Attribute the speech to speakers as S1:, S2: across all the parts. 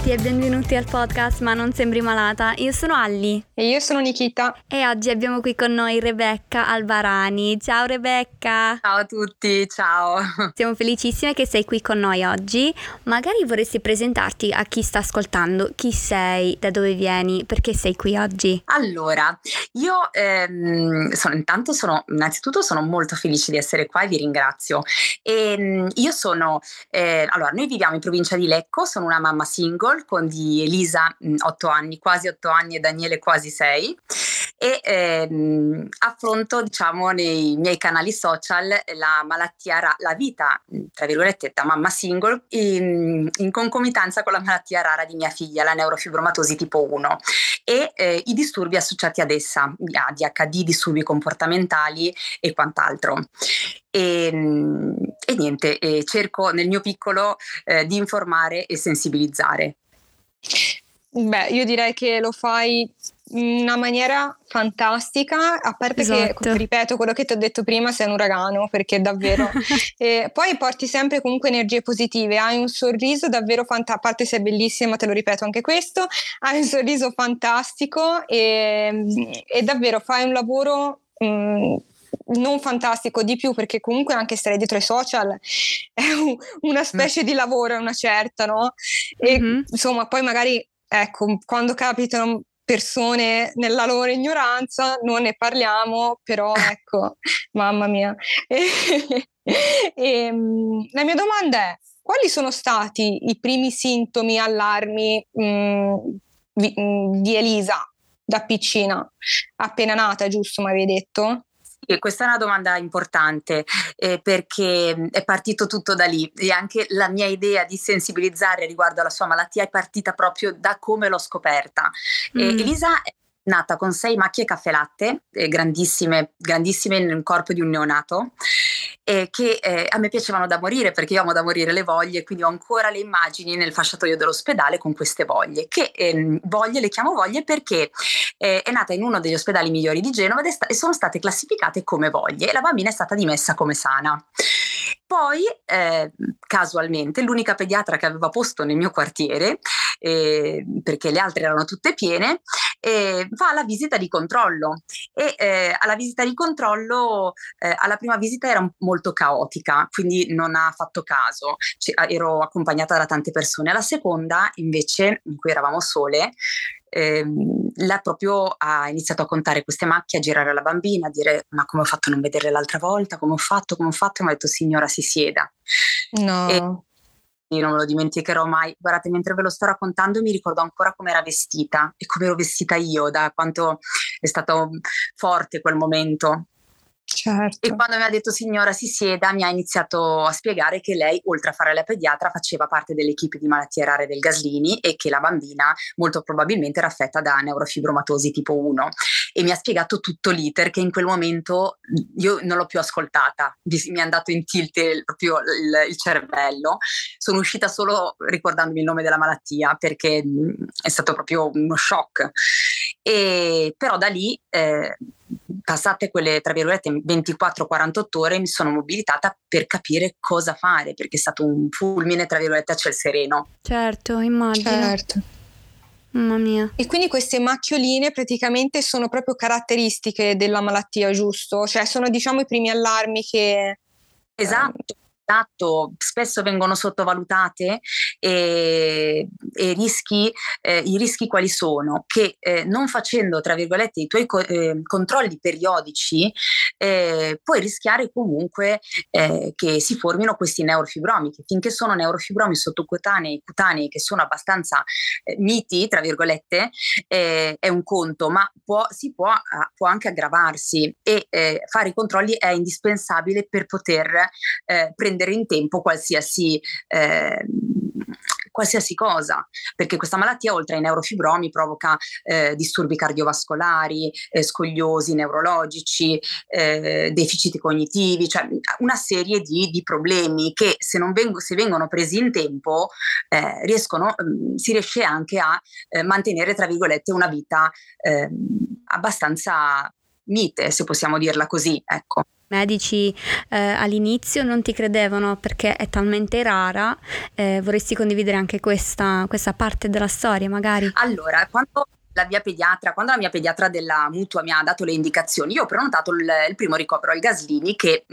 S1: tutti e benvenuti al podcast Ma non sembri malata. Io sono Alli.
S2: E io sono Nikita.
S1: E oggi abbiamo qui con noi Rebecca Albarani. Ciao Rebecca!
S3: Ciao a tutti, ciao!
S1: Siamo felicissime che sei qui con noi oggi. Magari vorresti presentarti a chi sta ascoltando. Chi sei? Da dove vieni? Perché sei qui oggi?
S3: Allora, io innanzitutto sono molto felice di essere qua e vi ringrazio. Io sono, allora, noi viviamo in provincia di Lecco, sono una mamma single con di Elisa 8 anni, quasi 8 anni e Daniele quasi 6 e affronto, diciamo, nei miei canali social la malattia, la vita, tra virgolette, da mamma single in concomitanza con la malattia rara di mia figlia, la neurofibromatosi tipo 1 e i disturbi associati ad essa, ADHD, disturbi comportamentali e quant'altro. E niente, cerco nel mio piccolo di informare e sensibilizzare.
S2: Beh, io direi che lo fai in una maniera fantastica, a parte
S1: Esatto.
S2: che, ripeto quello che ti ho detto prima, sei un uragano, perché davvero e poi porti sempre comunque energie positive, hai un sorriso davvero fantastico, a parte sei bellissima, te lo ripeto anche questo, hai un sorriso fantastico e davvero fai un lavoro non fantastico, di più, perché comunque anche stare dietro ai social è una specie di lavoro, è una certa, no? E insomma, poi magari, ecco, quando capitano persone nella loro ignoranza non ne parliamo, però ecco, mamma mia. La mia domanda è: quali sono stati i primi sintomi, allarmi di Elisa da piccina, appena nata, giusto, mi avevi detto?
S3: E questa è una domanda importante perché è partito tutto da lì e anche la mia idea di sensibilizzare riguardo alla sua malattia è partita proprio da come l'ho scoperta. Elisa è nata con 6 macchie caffè latte, grandissime nel corpo di un neonato, che a me piacevano da morire, perché io amo da morire le voglie, quindi ho ancora le immagini nel fasciatoio dell'ospedale con queste voglie, che voglie le chiamo voglie perché è nata in uno degli ospedali migliori di Genova e sono state classificate come voglie e la bambina è stata dimessa come sana. Poi casualmente l'unica pediatra che aveva posto nel mio quartiere, perché le altre erano tutte piene, fa la visita di controllo e alla visita di controllo alla prima visita era molto caotica, quindi non ha fatto caso, ero accompagnata da tante persone. Alla seconda invece, in cui eravamo sole, lei proprio ha iniziato a contare queste macchie, a girare la bambina, a dire: ma come ho fatto a non vederle l'altra volta, come ho fatto, e mi ha detto: signora, si sieda.
S2: No.
S3: E io non me lo dimenticherò mai. Guardate, mentre ve lo sto raccontando mi ricordo ancora come era vestita e come ero vestita io, da quanto è stato forte quel momento.
S2: Certo.
S3: E quando mi ha detto signora si sieda, mi ha iniziato a spiegare che lei, oltre a fare la pediatra, faceva parte dell'equipe di malattie rare del Gaslini e che la bambina molto probabilmente era affetta da neurofibromatosi tipo 1 e mi ha spiegato tutto l'iter che in quel momento io non l'ho più ascoltata, mi è andato in tilt proprio il cervello, sono uscita solo ricordandomi il nome della malattia perché è stato proprio uno shock. Però da lì passate quelle tra virgolette 24-48 ore mi sono mobilitata per capire cosa fare, perché è stato un fulmine tra virgolette a ciel sereno.
S1: Certo, immagino.
S2: Certo.
S1: Mamma mia.
S2: E quindi queste macchioline praticamente sono proprio caratteristiche della malattia, giusto? Cioè sono, diciamo, i primi allarmi che...
S3: Esatto. Spesso vengono sottovalutate e i rischi quali sono? Che non facendo tra virgolette i tuoi controlli periodici puoi rischiare comunque che si formino questi neurofibromi, che finché sono neurofibromi sottocutanei, cutanei, che sono abbastanza miti tra virgolette, è un conto, ma può anche aggravarsi e fare i controlli è indispensabile per poter prendere in tempo qualsiasi cosa, perché questa malattia oltre ai neurofibromi provoca disturbi cardiovascolari, scogliosi neurologici, deficit cognitivi, cioè una serie di problemi che se vengono presi in tempo si riesce anche a mantenere tra virgolette una vita abbastanza mite, se possiamo dirla così, ecco.
S1: I medici all'inizio non ti credevano perché è talmente rara, vorresti condividere anche questa parte della storia magari?
S3: Allora, quando la mia pediatra della mutua mi ha dato le indicazioni, io ho prenotato il primo ricovero al Gaslini che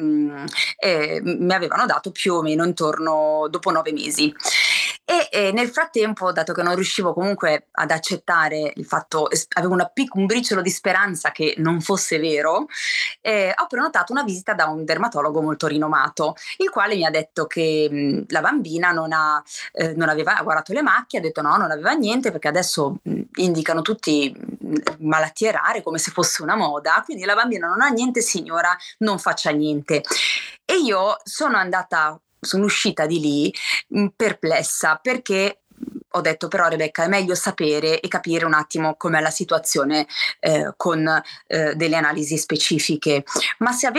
S3: mi avevano dato più o meno intorno dopo 9 mesi. E nel frattempo, dato che non riuscivo comunque ad accettare il fatto, avevo un briciolo di speranza che non fosse vero, ho prenotato una visita da un dermatologo molto rinomato, il quale mi ha detto che la bambina non aveva guardato le macchie, ha detto no, non aveva niente, perché adesso indicano tutti malattie rare come se fosse una moda, quindi la bambina non ha niente, signora, non faccia niente. E io sono uscita di lì perplessa, perché ho detto però Rebecca è meglio sapere e capire un attimo com'è la situazione con delle analisi specifiche, ma se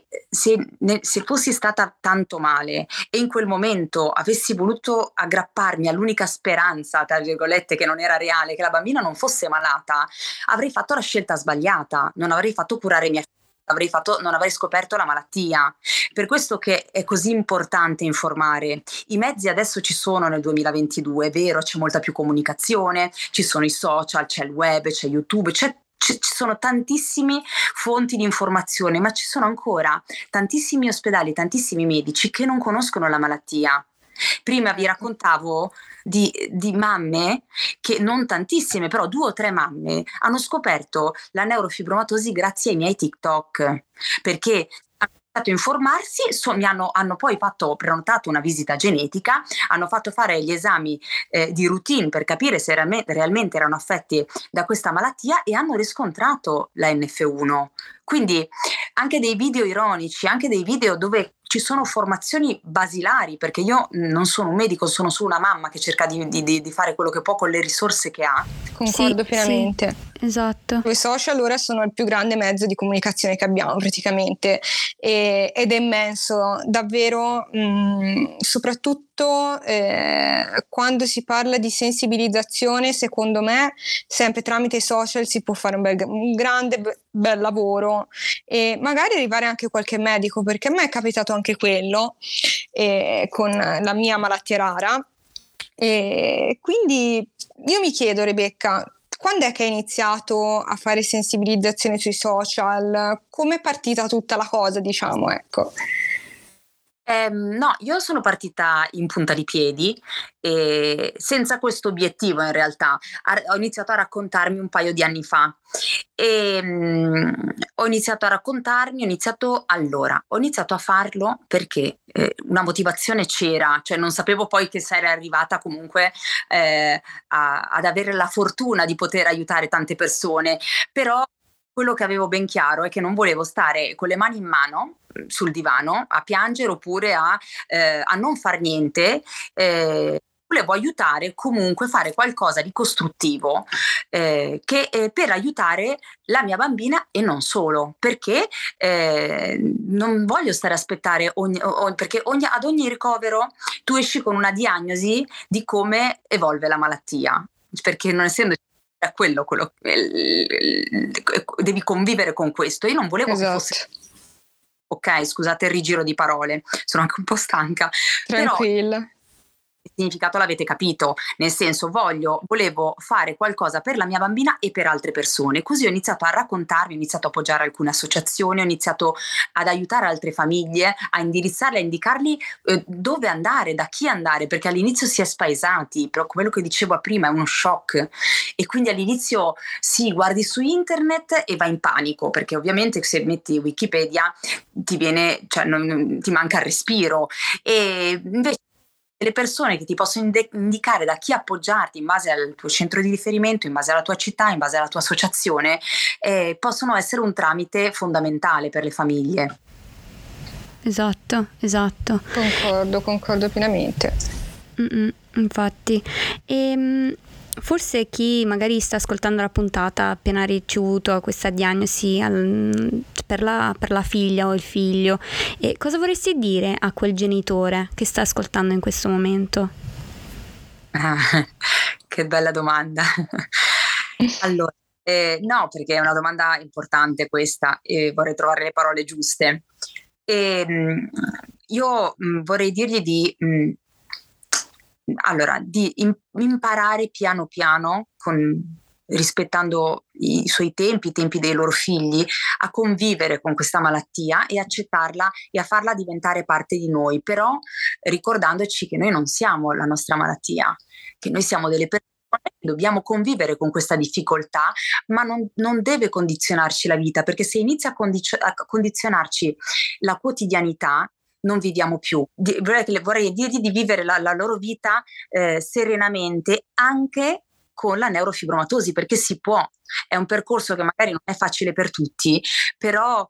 S3: fossi stata tanto male e in quel momento avessi voluto aggrapparmi all'unica speranza, tra virgolette, che non era reale, che la bambina non fosse malata, avrei fatto la scelta sbagliata, non avrei fatto curare mia figlia, non avrei scoperto la malattia. Per questo che è così importante informare. I mezzi adesso ci sono nel 2022, è vero, c'è molta più comunicazione, ci sono i social, c'è il web, c'è YouTube, ci sono tantissime fonti di informazione, ma ci sono ancora tantissimi ospedali, tantissimi medici che non conoscono la malattia. Prima vi raccontavo di mamme che, non tantissime, però 2 o 3 mamme hanno scoperto la neurofibromatosi grazie ai miei TikTok, perché hanno iniziato a informarsi, hanno poi prenotato una visita genetica, hanno fatto fare gli esami di routine per capire se realmente erano affetti da questa malattia e hanno riscontrato la NF1. Quindi anche dei video ironici, anche dei video dove ci sono formazioni basilari, perché io non sono un medico, sono solo una mamma che cerca di fare quello che può con le risorse che ha.
S2: Concordo pienamente.
S1: Sì, esatto.
S2: I social ora sono il più grande mezzo di comunicazione che abbiamo praticamente, ed è immenso, davvero, soprattutto quando si parla di sensibilizzazione, secondo me sempre tramite i social si può fare un grande bel lavoro e magari arrivare anche qualche medico, perché a me è capitato anche quello con la mia malattia rara, e quindi io mi chiedo, Rebecca, quando è che hai iniziato a fare sensibilizzazione sui social? Come è partita tutta la cosa, diciamo, ecco?
S3: No, io sono partita in punta di piedi senza questo obiettivo in realtà. Ho iniziato a raccontarmi un paio di anni fa ho iniziato a farlo perché una motivazione c'era, cioè non sapevo poi che sarei arrivata comunque ad avere la fortuna di poter aiutare tante persone, però quello che avevo ben chiaro è che non volevo stare con le mani in mano sul divano a piangere oppure a non far niente. Volevo aiutare, comunque fare qualcosa di costruttivo per aiutare la mia bambina e non solo, perché non voglio stare a aspettare perché ad ogni ricovero tu esci con una diagnosi di come evolve la malattia, perché non essendo quello devi convivere con questo. Io non volevo che fosse ok, scusate il rigiro di parole, sono anche un po' stanca.
S2: Tranquilla.
S3: Però il significato l'avete capito, nel senso volevo fare qualcosa per la mia bambina e per altre persone, così ho iniziato a raccontarmi, ho iniziato a appoggiare alcune associazioni, ho iniziato ad aiutare altre famiglie, a indirizzarle, a indicargli dove andare, da chi andare, perché all'inizio si è spaesati, però quello che dicevo prima è uno shock e quindi all'inizio guardi su internet e vai in panico, perché ovviamente se metti Wikipedia ti manca il respiro, e invece le persone che ti possono indicare da chi appoggiarti in base al tuo centro di riferimento, in base alla tua città, in base alla tua associazione, possono essere un tramite fondamentale per le famiglie.
S1: Esatto.
S2: Concordo pienamente.
S1: Infatti. Forse chi magari sta ascoltando la puntata ha appena ricevuto questa diagnosi per la figlia o il figlio, e cosa vorresti dire a quel genitore che sta ascoltando in questo momento?
S3: Che bella domanda. Allora, No, perché è una domanda importante questa e vorrei trovare le parole giuste. Io vorrei dirgli di imparare piano piano, rispettando i suoi tempi, i tempi dei loro figli, a convivere con questa malattia e accettarla e a farla diventare parte di noi, però ricordandoci che noi non siamo la nostra malattia, che noi siamo delle persone. Dobbiamo convivere con questa difficoltà, ma non deve condizionarci la vita, perché se inizia a condizionarci la quotidianità, non viviamo più. Vorrei dirgli di vivere la loro vita serenamente, anche con la neurofibromatosi, perché si può. È un percorso che magari non è facile per tutti, però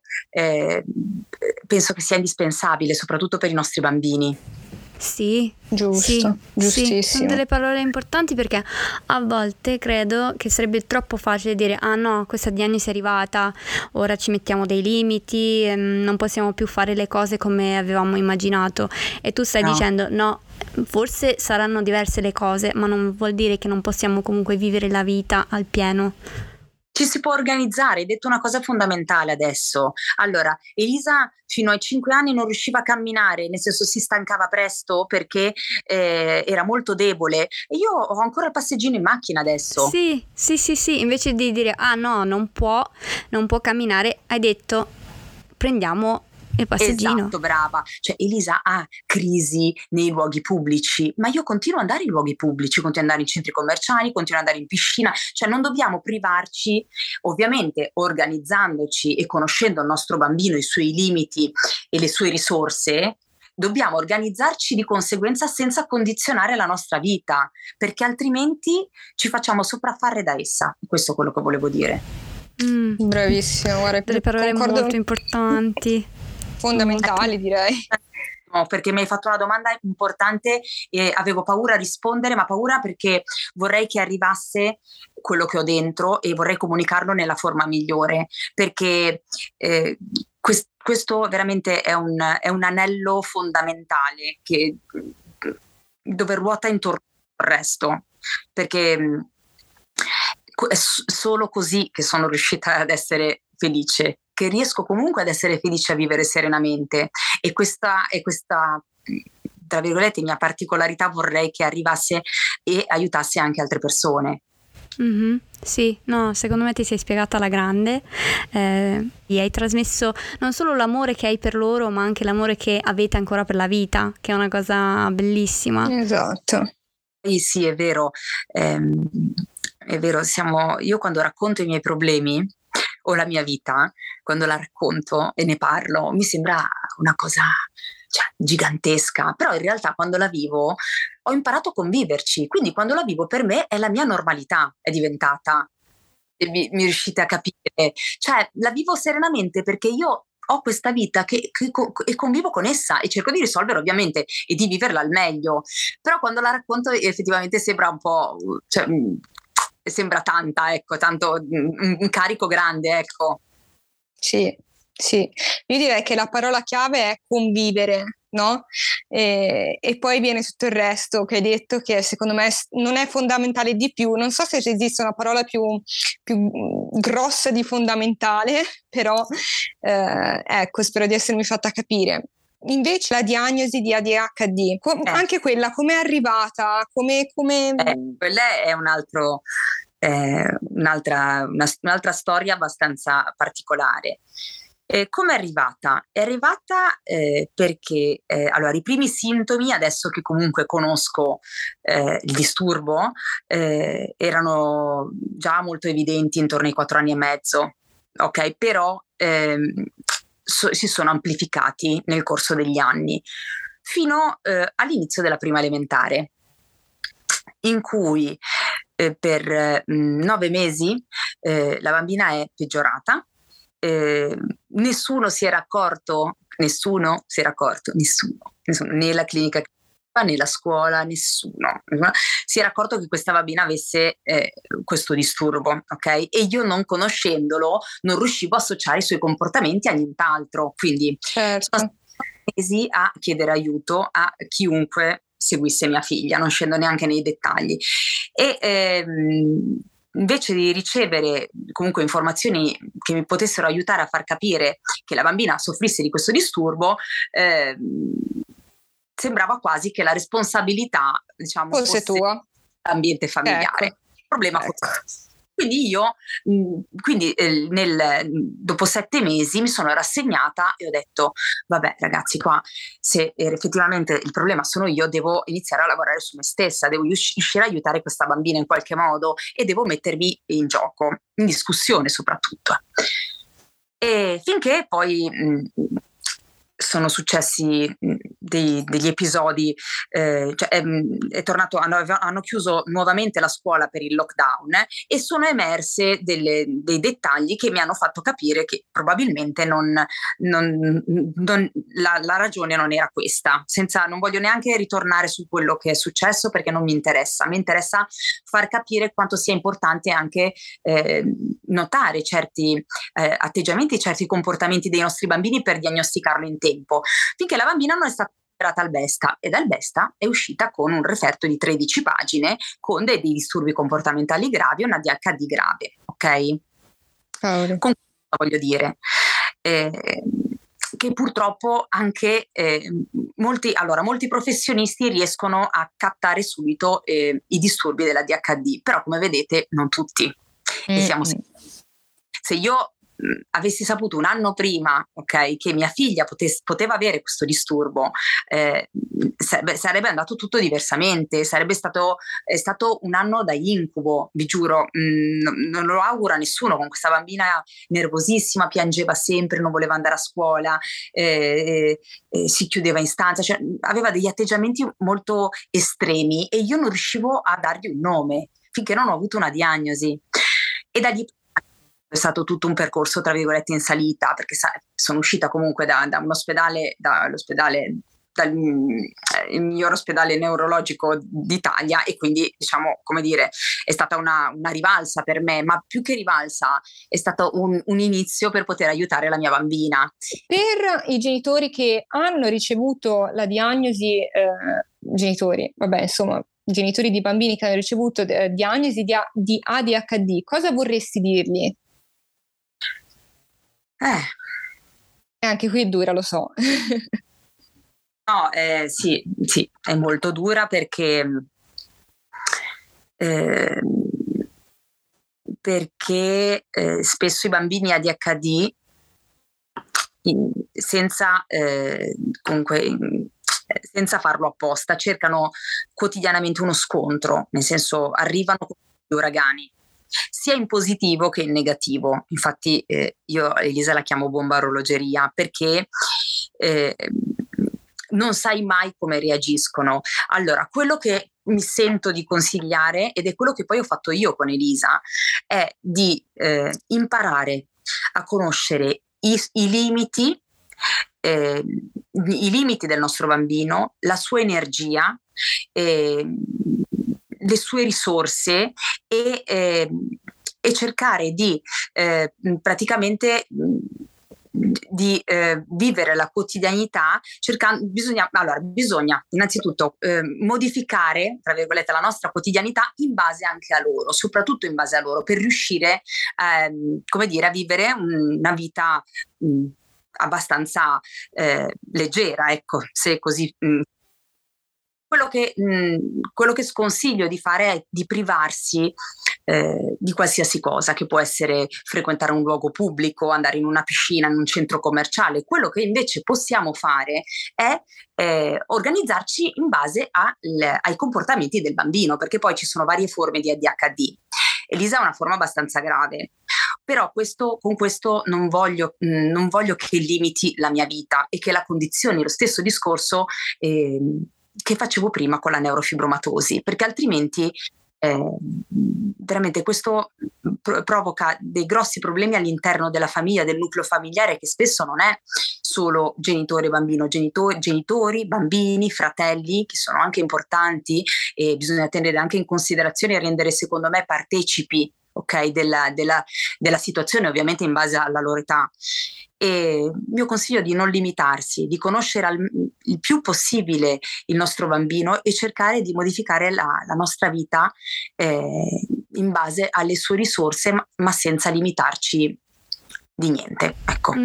S3: penso che sia indispensabile, soprattutto per i nostri bambini.
S1: Sì,
S2: giusto, giustissimo.
S1: Sì, sono delle parole importanti, perché a volte credo che sarebbe troppo facile dire: ah no, questa diagnosi è arrivata, ora ci mettiamo dei limiti, non possiamo più fare le cose come avevamo immaginato. E tu stai dicendo no, forse saranno diverse le cose, ma non vuol dire che non possiamo comunque vivere la vita al pieno.
S3: Ci si può organizzare, hai detto una cosa fondamentale adesso. Allora, Elisa fino ai 5 anni non riusciva a camminare, nel senso si stancava presto perché era molto debole, e io ho ancora il passeggino in macchina adesso.
S1: Sì, invece di dire ah no, non può camminare, hai detto prendiamo il passeggino.
S3: Esatto, brava. Cioè Elisa ha crisi nei luoghi pubblici, ma io continuo ad andare in luoghi pubblici, continuo ad andare in centri commerciali, continuo ad andare in piscina, cioè non dobbiamo privarci, ovviamente organizzandoci e conoscendo il nostro bambino, i suoi limiti e le sue risorse. Dobbiamo organizzarci di conseguenza senza condizionare la nostra vita, perché altrimenti ci facciamo sopraffare da essa. Questo è quello che volevo dire.
S2: Bravissimo, guarda,
S1: delle parole molto importanti,
S2: fondamentali, direi.
S3: No, perché mi hai fatto una domanda importante e avevo paura a rispondere, ma paura perché vorrei che arrivasse quello che ho dentro e vorrei comunicarlo nella forma migliore, perché questo veramente è un anello fondamentale dove ruota intorno al resto, perché è solo così che sono riuscita ad essere felice, che riesco comunque ad essere felice, a vivere serenamente, e questa tra virgolette mia particolarità vorrei che arrivasse e aiutasse anche altre persone.
S1: Mm-hmm. Sì, no, secondo me ti sei spiegata alla grande, gli hai trasmesso non solo l'amore che hai per loro, ma anche l'amore che avete ancora per la vita, che è una cosa bellissima.
S2: Esatto.
S3: Sì, è vero, io quando racconto i miei problemi o la mia vita, quando la racconto e ne parlo, mi sembra una cosa gigantesca, però in realtà quando la vivo ho imparato a conviverci, quindi quando la vivo per me è la mia normalità, è diventata, e mi riuscite a capire, cioè la vivo serenamente perché io ho questa vita e convivo con essa e cerco di risolvere ovviamente e di viverla al meglio, però quando la racconto effettivamente sembra un po', sembra tanto un carico grande, ecco.
S2: Sì, io direi che la parola chiave è convivere, no? E poi viene tutto il resto che hai detto, che secondo me non è fondamentale di più. Non so se esiste una parola più grossa di fondamentale, però ecco, spero di essermi fatta capire. Invece la diagnosi di ADHD, anche quella come è arrivata?
S3: Quella è un'altra storia abbastanza particolare. Come è arrivata? È arrivata perché allora i primi sintomi, adesso che comunque conosco il disturbo, erano già molto evidenti intorno ai 4 anni e mezzo, ok? Però si sono amplificati nel corso degli anni fino all'inizio della prima elementare, in cui per 9 mesi la bambina è peggiorata. Nessuno si era accorto, né la clinica né la scuola, nessuno si era accorto che questa bambina avesse questo disturbo, ok? E io, non conoscendolo, non riuscivo a associare i suoi comportamenti a nient'altro, quindi sono mesi a chiedere aiuto a chiunque seguisse mia figlia, non scendo neanche nei dettagli. E invece di ricevere comunque informazioni che mi potessero aiutare a far capire che la bambina soffrisse di questo disturbo, sembrava quasi che la responsabilità, diciamo,
S2: fosse tua.
S3: L'ambiente familiare.
S2: Ecco.
S3: Il problema fosse. Quindi io, dopo 7 mesi mi sono rassegnata e ho detto, vabbè ragazzi, qua se effettivamente il problema sono io, devo iniziare a lavorare su me stessa, devo riuscire a aiutare questa bambina in qualche modo e devo mettermi in gioco, in discussione soprattutto. E finché poi sono successi degli episodi, è tornato, hanno chiuso nuovamente la scuola per il lockdown, e sono emerse dei dettagli che mi hanno fatto capire che probabilmente la ragione non era questa. Non voglio neanche ritornare su quello che è successo perché non mi interessa far capire quanto sia importante anche notare certi atteggiamenti, certi comportamenti dei nostri bambini per diagnosticarlo in tempo, finché la bambina non è stata operata al Besta, e dal Besta è uscita con un referto di 13 pagine con dei disturbi comportamentali gravi e una ADHD grave, ok? Con questo voglio dire che purtroppo anche molti professionisti riescono a captare subito i disturbi della ADHD, però come vedete non tutti. E se io avessi saputo un anno prima, ok, che mia figlia poteva avere questo disturbo, sarebbe andato tutto diversamente, è stato un anno da incubo, vi giuro, non lo auguro a nessuno, con questa bambina nervosissima, piangeva sempre, non voleva andare a scuola, si chiudeva in stanza, cioè, aveva degli atteggiamenti molto estremi e io non riuscivo a dargli un nome finché non ho avuto una diagnosi. E da lì è stato tutto un percorso tra virgolette in salita, perché sono uscita comunque da un ospedale, dal miglior ospedale neurologico d'Italia, e quindi diciamo, come dire, è stata una rivalsa per me, ma più che rivalsa è stato un inizio per poter aiutare la mia bambina.
S2: Per i genitori che hanno ricevuto la diagnosi, genitori di bambini che hanno ricevuto diagnosi di ADHD, cosa vorresti dirgli? Anche qui è dura, lo so.
S3: No, sì, è molto dura perché spesso i bambini ADHD senza farlo apposta cercano quotidianamente uno scontro, nel senso arrivano con gli uragani, sia in positivo che in negativo. Infatti io Elisa la chiamo bomba a orologeria, perché non sai mai come reagiscono. Allora, quello che mi sento di consigliare, ed è quello che poi ho fatto io con Elisa, è di imparare a conoscere i limiti del nostro bambino, la sua energia, le sue risorse, e cercare di praticamente di vivere la quotidianità bisogna innanzitutto modificare, tra virgolette, la nostra quotidianità in base anche a loro, soprattutto in base a loro, per riuscire come dire, a vivere una vita abbastanza leggera, ecco, se così. Quello che sconsiglio di fare è di privarsi di qualsiasi cosa, che può essere frequentare un luogo pubblico, andare in una piscina, in un centro commerciale. Quello che invece possiamo fare è organizzarci in base ai comportamenti del bambino, perché poi ci sono varie forme di ADHD. Elisa ha una forma abbastanza grave, però con questo non voglio che limiti la mia vita e che la condizioni lo stesso discorso che facevo prima con la neurofibromatosi, perché altrimenti veramente questo provoca dei grossi problemi all'interno della famiglia, del nucleo familiare, che spesso non è solo genitore bambino, genitori, bambini, fratelli, che sono anche importanti, e bisogna tenere anche in considerazione e rendere, secondo me, partecipi, ok, della situazione, ovviamente in base alla loro età. E il mio consiglio è di non limitarsi, di conoscere il più possibile il nostro bambino e cercare di modificare la nostra vita in base alle sue risorse, ma senza limitarci di niente, ecco.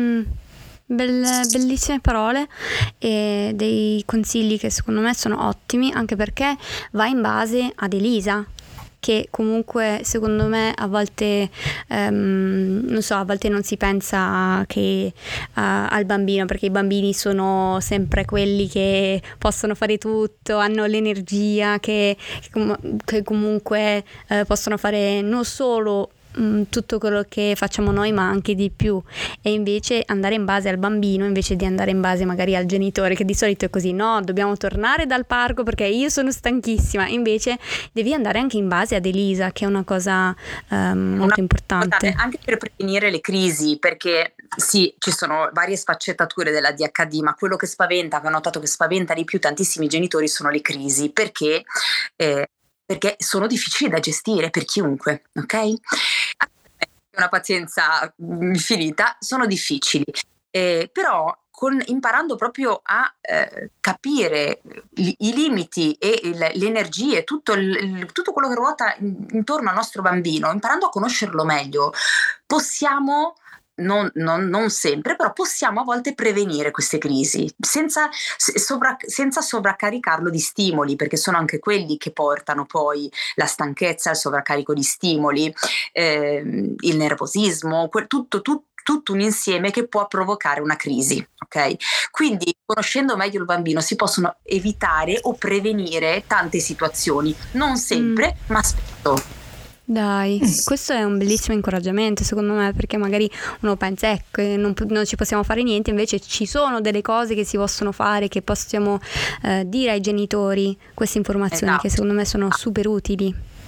S1: Bellissime parole e dei consigli che secondo me sono ottimi, anche perché va in base ad Elisa, che comunque secondo me a volte non so, a volte non si pensa che al bambino, perché i bambini sono sempre quelli che possono fare tutto, hanno l'energia, che comunque possono fare non solo tutto quello che facciamo noi, ma anche di più. E invece andare in base al bambino invece di andare in base magari al genitore, che di solito è così: no, dobbiamo tornare dal parco perché io sono stanchissima. Invece devi andare anche in base ad Elisa, che è una cosa molto importante
S3: anche per prevenire le crisi, perché sì, ci sono varie sfaccettature della DHD, ma quello che spaventa, che ho notato che spaventa di più tantissimi genitori, sono le crisi, perché sono difficili da gestire per chiunque, ok? Una pazienza infinita, sono difficili, però imparando proprio a capire i limiti e le energie, tutto quello che ruota intorno al nostro bambino, imparando a conoscerlo meglio, possiamo, non sempre, però possiamo a volte prevenire queste crisi senza sovraccaricarlo di stimoli, perché sono anche quelli che portano poi la sovraccarico di stimoli, il nervosismo, tutto un insieme che può provocare una crisi, ok? Quindi, conoscendo meglio il bambino, si possono evitare o prevenire tante situazioni, non sempre, ma spesso.
S1: Dai, questo è un bellissimo incoraggiamento secondo me, perché magari uno pensa ecco, non ci possiamo fare niente, invece ci sono delle cose che si possono fare, che possiamo dire ai genitori queste informazioni, esatto, che secondo me sono super utili.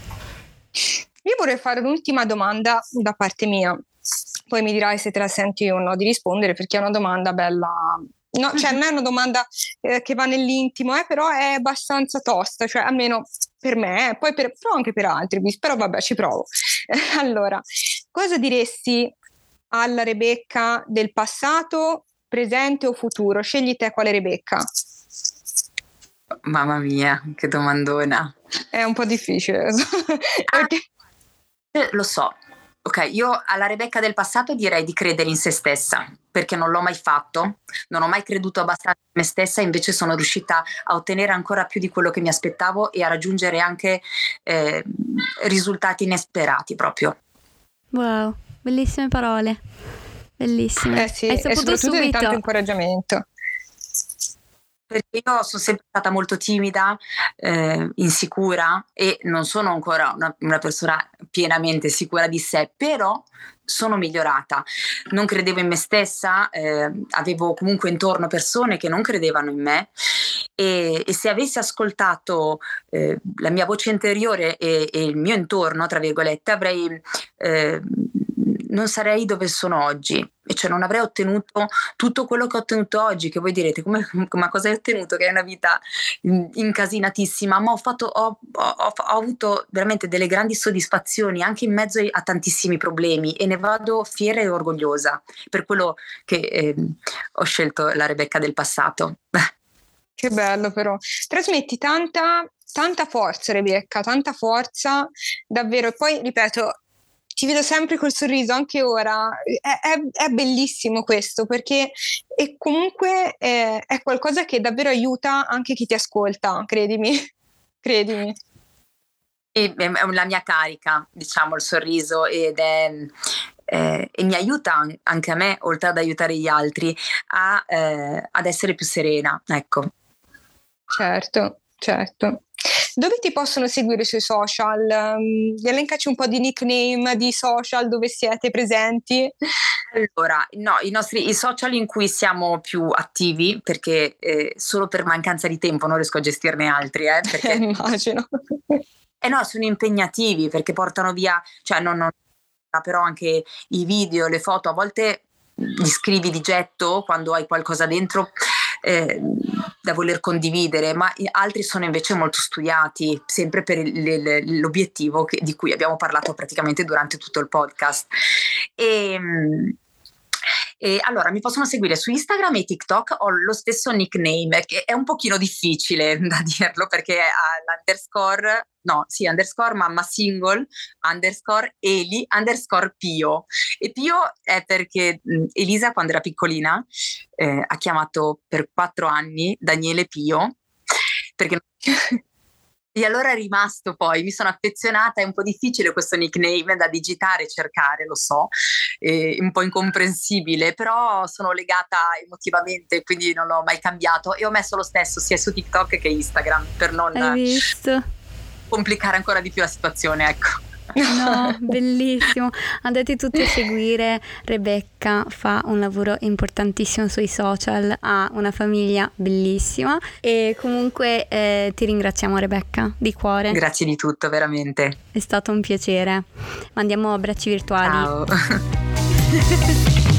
S2: Io vorrei fare un'ultima domanda da parte mia, poi mi dirai se te la senti o no di rispondere, perché è una domanda bella. No, cioè non è una domanda che va nell'intimo, però è abbastanza tosta, cioè almeno per me, poi però anche per altri, però vabbè, ci provo. Allora, cosa diresti alla Rebecca del passato, presente o futuro? Scegli te quale Rebecca.
S3: Mamma mia, che domandona.
S2: È un po' difficile. Perché...
S3: Lo so. Ok, io alla Rebecca del passato direi di credere in se stessa, perché non l'ho mai fatto, non ho mai creduto abbastanza in me stessa, invece sono riuscita a ottenere ancora più di quello che mi aspettavo e a raggiungere anche risultati inesperati proprio.
S1: Wow, bellissime parole, bellissime.
S2: Sì, hai saputo subito di tanto incoraggiamento.
S3: Perché io sono sempre stata molto timida, insicura, e non sono ancora una persona pienamente sicura di sé, però sono migliorata. Non credevo in me stessa, avevo comunque intorno persone che non credevano in me, e se avessi ascoltato la mia voce interiore e il mio intorno, tra virgolette, non sarei dove sono oggi, e cioè non avrei ottenuto tutto quello che ho ottenuto oggi, che voi direte ma cosa hai ottenuto, che è una vita incasinatissima, ma ho avuto veramente delle grandi soddisfazioni anche in mezzo a tantissimi problemi, e ne vado fiera e orgogliosa per quello che ho scelto la Rebecca del passato.
S2: Che bello, però trasmetti tanta forza, Rebecca, tanta forza davvero, e poi ripeto, ti vedo sempre col sorriso anche ora, è bellissimo questo, perché comunque è qualcosa che davvero aiuta anche chi ti ascolta, credimi.
S3: È la mia carica, diciamo, il sorriso, e mi aiuta anche a me, oltre ad aiutare gli altri, ad essere più serena, ecco.
S2: Certo. Dove ti possono seguire sui social? Elencaci un po' di nickname di social dove siete presenti.
S3: Allora, no, i social in cui siamo più attivi, perché solo per mancanza di tempo non riesco a gestirne altri, perché
S2: immagino.
S3: No, sono impegnativi, perché portano via, cioè però anche i video, le foto, a volte li scrivi di getto quando hai qualcosa dentro da voler condividere, ma altri sono invece molto studiati, sempre per l'obiettivo di cui abbiamo parlato praticamente durante tutto il podcast. E E allora mi possono seguire su Instagram e TikTok, ho lo stesso nickname, che è un pochino difficile da dirlo perché ha underscore mamma single underscore Eli underscore Pio. E Pio è perché Elisa, quando era piccolina, ha chiamato per 4 anni Daniele Pio, perché e allora è rimasto, poi mi sono affezionata. È un po' difficile questo nickname da digitare e cercare, lo so, è un po' incomprensibile, però sono legata emotivamente, quindi non l'ho mai cambiato e ho messo lo stesso sia su TikTok che Instagram per non complicare ancora di più la situazione, ecco.
S1: No, bellissimo, andate tutti a seguire Rebecca, fa un lavoro importantissimo sui social, ha una famiglia bellissima e comunque ti ringraziamo Rebecca di cuore.
S3: Grazie di tutto, veramente,
S1: è stato un piacere, mandiamo abbracci virtuali.
S3: Ciao.